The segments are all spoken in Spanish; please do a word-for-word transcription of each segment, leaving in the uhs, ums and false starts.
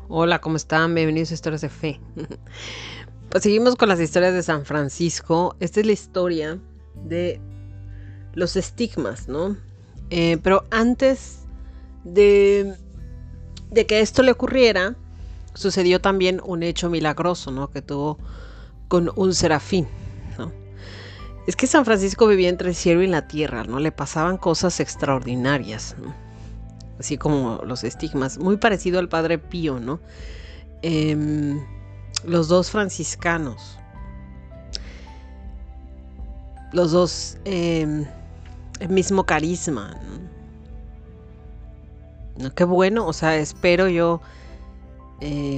Hola, ¿cómo están? Bienvenidos a Historias de Fe. Pues seguimos con las historias de San Francisco. Esta es la historia de los estigmas, ¿no? Eh, pero antes de, de que esto le ocurriera, sucedió también un hecho milagroso, ¿no? Que tuvo con un serafín, ¿no? Es que San Francisco vivía entre el cielo y la tierra, ¿no? Le pasaban cosas extraordinarias, ¿no? Así como los estigmas, muy parecido al Padre Pío, ¿no? Eh, los dos franciscanos, los dos eh, el mismo carisma, ¿no? ¿No? Qué bueno, o sea, espero yo eh,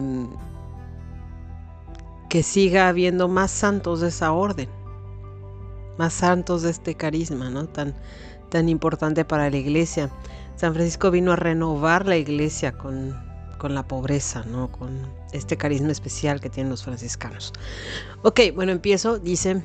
que siga habiendo más santos de esa orden, más santos de este carisma, ¿no? Tan, tan importante para la iglesia. San Francisco vino a renovar la iglesia con, con la pobreza, ¿no? Con este carisma especial que tienen los franciscanos. Ok, bueno, empiezo. Dice: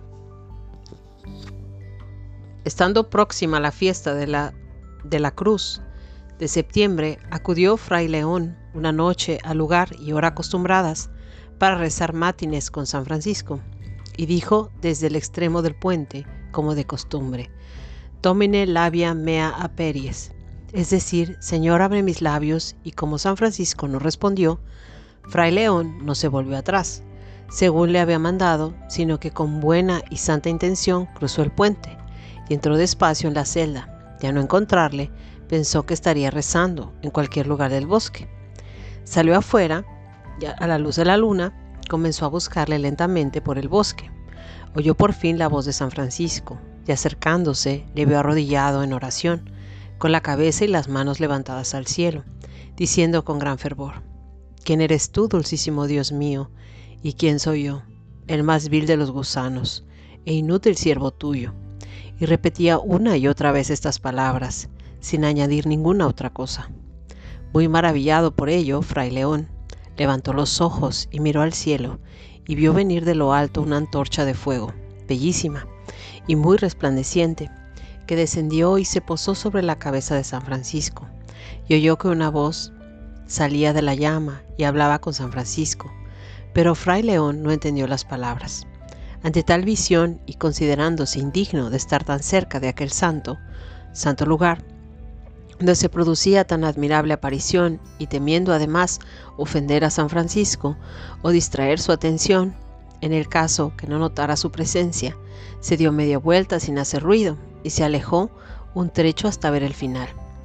estando próxima a la fiesta de la, de la Cruz de septiembre, acudió Fray León una noche al lugar y hora acostumbradas para rezar mátines con San Francisco, y dijo desde el extremo del puente, como de costumbre: Domine labia mea aperies, es decir, Señor, abre mis labios. Y como San Francisco no respondió, Fray León no se volvió atrás, según le había mandado, sino que con buena y santa intención cruzó el puente y entró despacio en la celda. De no encontrarle, pensó que estaría rezando en cualquier lugar del bosque. Salió afuera, y a la luz de la luna, comenzó a buscarle lentamente por el bosque. Oyó por fin la voz de San Francisco, y acercándose le vio arrodillado en oración, con la cabeza y las manos levantadas al cielo, diciendo con gran fervor: ¿Quién eres tú, dulcísimo Dios mío? ¿Y quién soy yo? El más vil de los gusanos, e inútil siervo tuyo. Y repetía una y otra vez estas palabras, sin añadir ninguna otra cosa. Muy maravillado por ello, Fray León levantó los ojos y miró al cielo, y vio venir de lo alto una antorcha de fuego, bellísima y muy resplandeciente, que descendió y se posó sobre la cabeza de San Francisco, y oyó que una voz salía de la llama y hablaba con San Francisco, pero Fray León no entendió las palabras. Ante tal visión, y considerándose indigno de estar tan cerca de aquel santo, santo lugar, donde se producía tan admirable aparición, y temiendo además ofender a San Francisco o distraer su atención, en el caso que no notara su presencia, se dio media vuelta sin hacer ruido y se alejó un trecho hasta ver el final.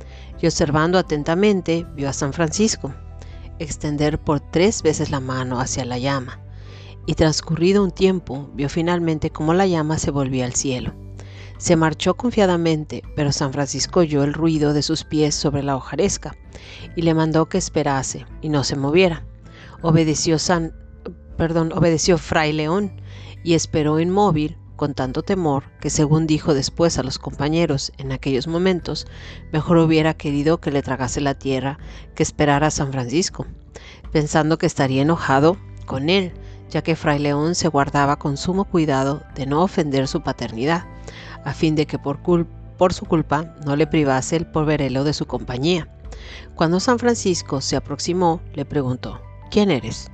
Y observando atentamente, vio a San Francisco extender por tres veces la mano hacia la llama, y transcurrido un tiempo, vio finalmente cómo la llama se volvía al cielo. Se marchó confiadamente, pero San Francisco oyó el ruido de sus pies sobre la hojaresca, y le mandó que esperase y no se moviera. Obedeció San, perdón, obedeció Fray León, y esperó inmóvil, con tanto temor que, según dijo después a los compañeros en aquellos momentos, mejor hubiera querido que le tragase la tierra que esperara a San Francisco, pensando que estaría enojado con él, ya que Fray León se guardaba con sumo cuidado de no ofender su paternidad, a fin de que por, cul- por su culpa no le privase el poverelo de su compañía. Cuando San Francisco se aproximó, le preguntó: ¿Quién eres?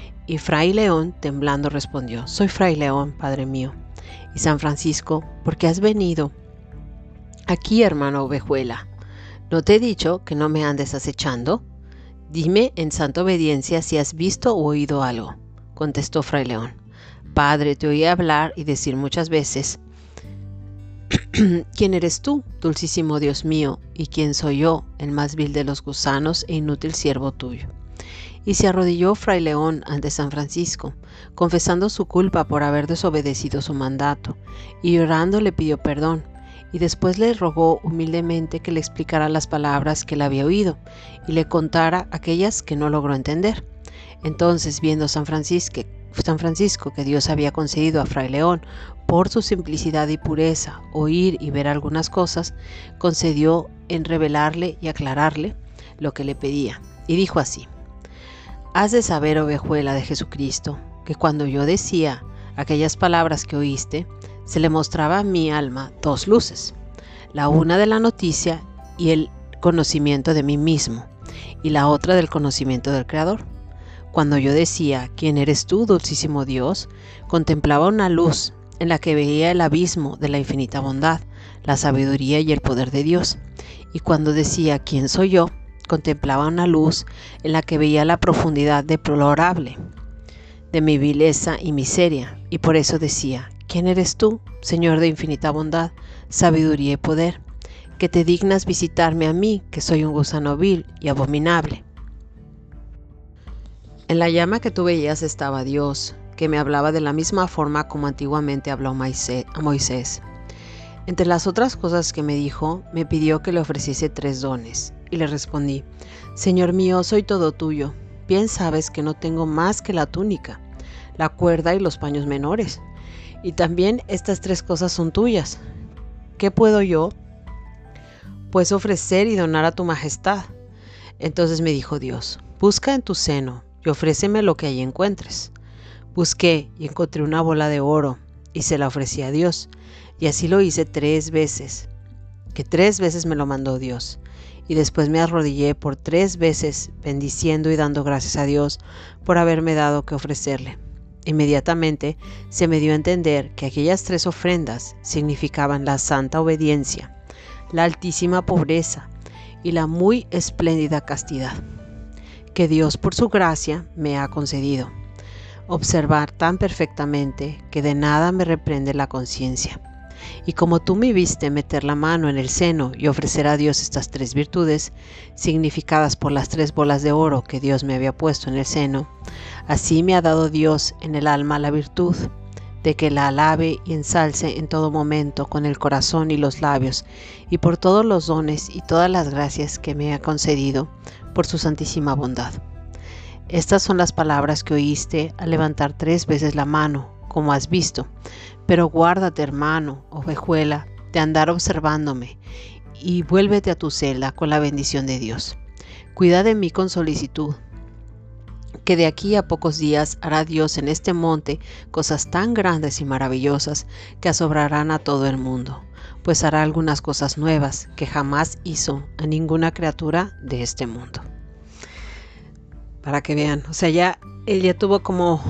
Y Fray León, temblando, respondió: Soy Fray León, padre mío. Y San Francisco: ¿por qué has venido aquí, hermano Ovejuela? ¿No te he dicho que no me andes acechando? Dime en santa obediencia si has visto o oído algo. Contestó Fray León: Padre, te oí hablar y decir muchas veces: ¿Quién eres tú, dulcísimo Dios mío? ¿Y quién soy yo, el más vil de los gusanos e inútil siervo tuyo? Y se arrodilló Fray León ante San Francisco, confesando su culpa por haber desobedecido su mandato, y llorando le pidió perdón, y después le rogó humildemente que le explicara las palabras que él había oído, y le contara aquellas que no logró entender. Entonces, viendo San Francisco, San Francisco que Dios había concedido a Fray León, por su simplicidad y pureza, oír y ver algunas cosas, concedió en revelarle y aclararle lo que le pedía, y dijo así: Has de saber, ovejuela de Jesucristo, que cuando yo decía aquellas palabras que oíste, se le mostraba a mi alma dos luces, la una de la noticia y el conocimiento de mí mismo, y la otra del conocimiento del Creador. Cuando yo decía, ¿quién eres tú, dulcísimo Dios?, contemplaba una luz en la que veía el abismo de la infinita bondad, la sabiduría y el poder de Dios. Y cuando decía, ¿quién soy yo?, contemplaba una luz en la que veía la profundidad deplorable de mi vileza y miseria. Y por eso decía, ¿quién eres tú, Señor de infinita bondad, sabiduría y poder, que te dignas visitarme a mí, que soy un gusano vil y abominable? En la llama que tú veías estaba Dios, que me hablaba de la misma forma como antiguamente habló a Moisés. Entre las otras cosas que me dijo, me pidió que le ofreciese tres dones, y le respondí, Señor mío, soy todo tuyo. Bien sabes que no tengo más que la túnica, la cuerda y los paños menores, y también estas tres cosas son tuyas. ¿Qué puedo yo, pues, ofrecer y donar a tu majestad? Entonces me dijo Dios, busca en tu seno y ofréceme lo que allí encuentres. Busqué y encontré una bola de oro y se la ofrecí a Dios, y así lo hice tres veces, que tres veces me lo mandó Dios, y después me arrodillé por tres veces bendiciendo y dando gracias a Dios por haberme dado que ofrecerle. Inmediatamente se me dio a entender que aquellas tres ofrendas significaban la santa obediencia, la altísima pobreza y la muy espléndida castidad que Dios por su gracia me ha concedido observar tan perfectamente que de nada me reprende la conciencia. Y como tú me viste meter la mano en el seno y ofrecer a Dios estas tres virtudes, significadas por las tres bolas de oro que Dios me había puesto en el seno, así me ha dado Dios en el alma la virtud de que la alabe y ensalce en todo momento con el corazón y los labios, y por todos los dones y todas las gracias que me ha concedido por su santísima bondad. Estas son las palabras que oíste al levantar tres veces la mano, como has visto, pero guárdate, hermano, ovejuela, de andar observándome, y vuélvete a tu celda con la bendición de Dios. Cuida de mí con solicitud, que de aquí a pocos días hará Dios en este monte cosas tan grandes y maravillosas que asombrarán a todo el mundo, pues hará algunas cosas nuevas que jamás hizo a ninguna criatura de este mundo. Para que vean, o sea, ya él ya tuvo como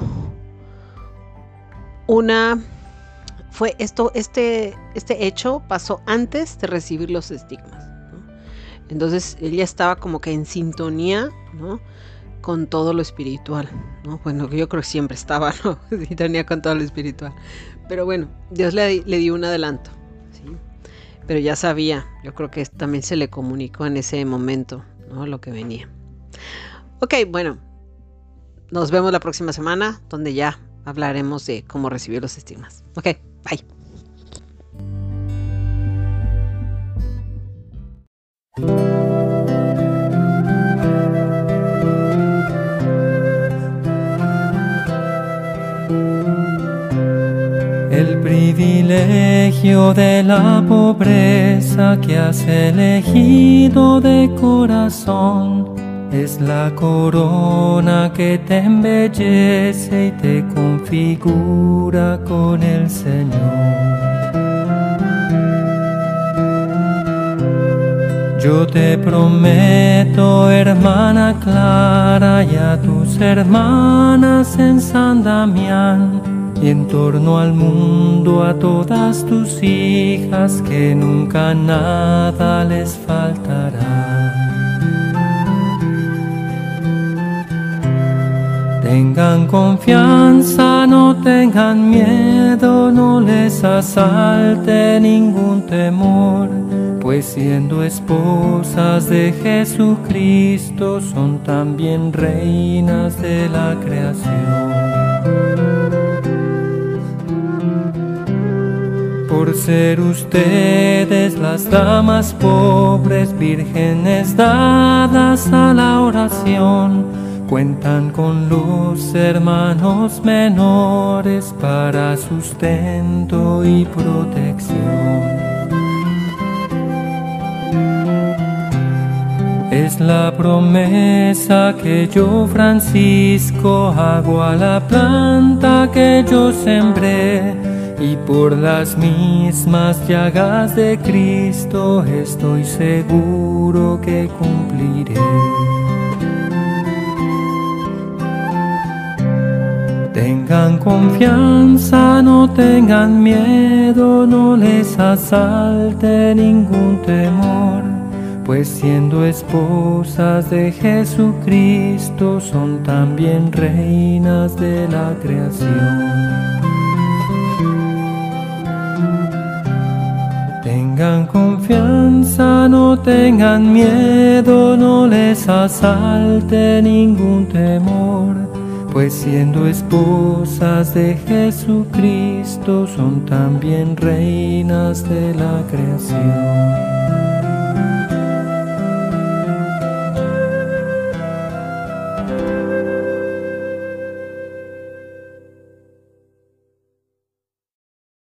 una, fue esto, este, este hecho pasó antes de recibir los estigmas, ¿no? Entonces él ya estaba como que en sintonía, ¿no?, con todo lo espiritual, ¿no? Bueno, yo creo que siempre estaba, ¿no?, en sintonía con todo lo espiritual, pero bueno, Dios le, le dio un adelanto, ¿sí? Pero ya sabía, yo creo que también se le comunicó en ese momento, ¿no?, lo que venía. Ok, bueno, nos vemos la próxima semana, donde ya hablaremos de cómo recibir los estigmas. Ok, bye. El privilegio de la pobreza que has elegido de corazón es la corona que te embellece y te configura con el Señor. Yo te prometo, hermana Clara, y a tus hermanas en San Damián, y en torno al mundo a todas tus hijas, que nunca nada les faltará. Tengan confianza, no tengan miedo, no les asalte ningún temor, pues siendo esposas de Jesucristo son también reinas de la creación. Por ser ustedes las damas pobres, vírgenes dadas a la oración, cuentan con los hermanos menores para sustento y protección. Es la promesa que yo, Francisco, hago a la planta que yo sembré, y por las mismas llagas de Cristo estoy seguro que cumpliré. Tengan confianza, no tengan miedo, no les asalte ningún temor, pues siendo esposas de Jesucristo son también reinas de la creación. Tengan confianza, no tengan miedo, no les asalte ningún temor, pues siendo esposas de Jesucristo son también reinas de la creación.